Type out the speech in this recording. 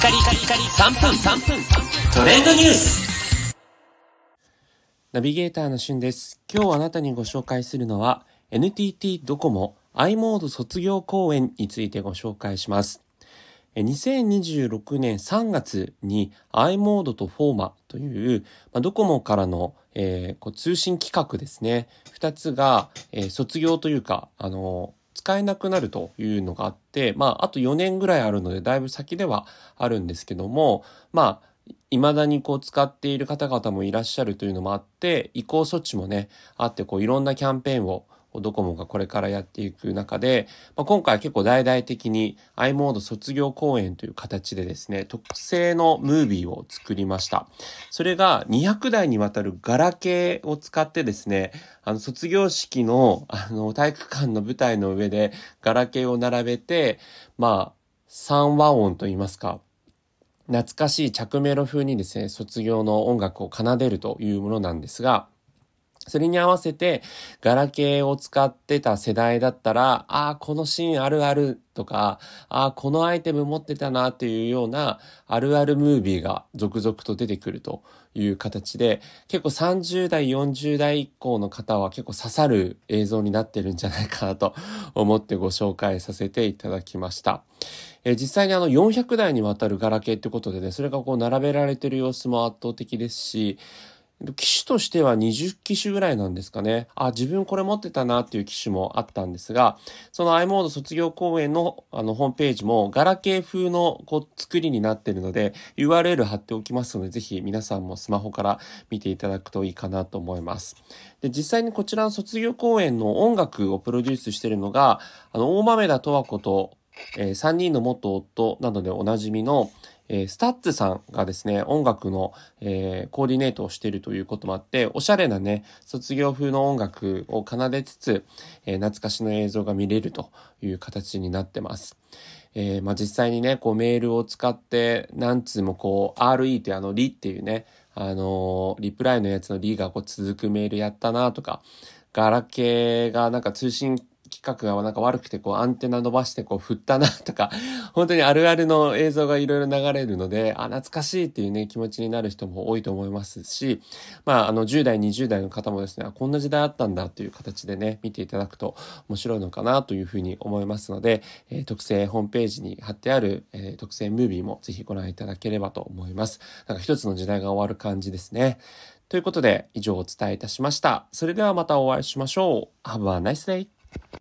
カリカリカリ3分トレンドニュース。 ナビゲーターのしゅんです。今日あなたにご紹介するのは NTT ドコモ i モード卒業公演についてご紹介します。2026年3月に i モードとフォーマというドコモからの、通信規格ですね。2つが、卒業というか使えなくなるというのがあって、あと4年ぐらいあるのでだいぶ先ではあるんですけども、未だに使っている方々もいらっしゃるというのもあって、移行措置もね、あっていろんなキャンペーンをドコモがこれからやっていく中で、今回結構大々的に i モード卒業公演という形でですね、特製のムービーを作りました。それが200台にわたるガラケーを使ってですね、卒業式の体育館の舞台の上でガラケーを並べて、三和音といいますか、懐かしい着メロ風にですね、卒業の音楽を奏でるというものなんですが、それに合わせてガラケーを使ってた世代だったら、このシーンあるあるとか、このアイテム持ってたなっていうようなあるあるムービーが続々と出てくるという形で、結構30代、40代以降の方は結構刺さる映像になってるんじゃないかなと思ってご紹介させていただきました。実際に400台にわたるガラケーってことでね、それが並べられてる様子も圧倒的ですし、機種としては20機種ぐらいなんですかね。自分これ持ってたなっていう機種もあったんですが、その i モード卒業公演のホームページもガラケー風の作りになっているので、URL 貼っておきますので、ぜひ皆さんもスマホから見ていただくといいかなと思います。で、実際にこちらの卒業公演の音楽をプロデュースしているのが、大豆田十和子と、3人の元夫などでおなじみのスタッツさんがですね、音楽の、コーディネートをしているということもあって、おしゃれなね、卒業風の音楽を奏でつつ、懐かしの映像が見れるという形になってます。実際にね、メールを使って、何通もRE ってリっていうね、リプライのやつのリが続くメールやったなとか、ガラケーが通信規格が悪くてアンテナ伸ばして振ったなとか、本当にあるあるの映像がいろいろ流れるので、懐かしいっていうね、気持ちになる人も多いと思いますし、10代、20代の方もですね、こんな時代あったんだっていう形でね、見ていただくと面白いのかなというふうに思いますので、特製ホームページに貼ってある、特製ムービーもぜひご覧いただければと思います。一つの時代が終わる感じですね。ということで、以上お伝えいたしました。それではまたお会いしましょう。Have a nice day!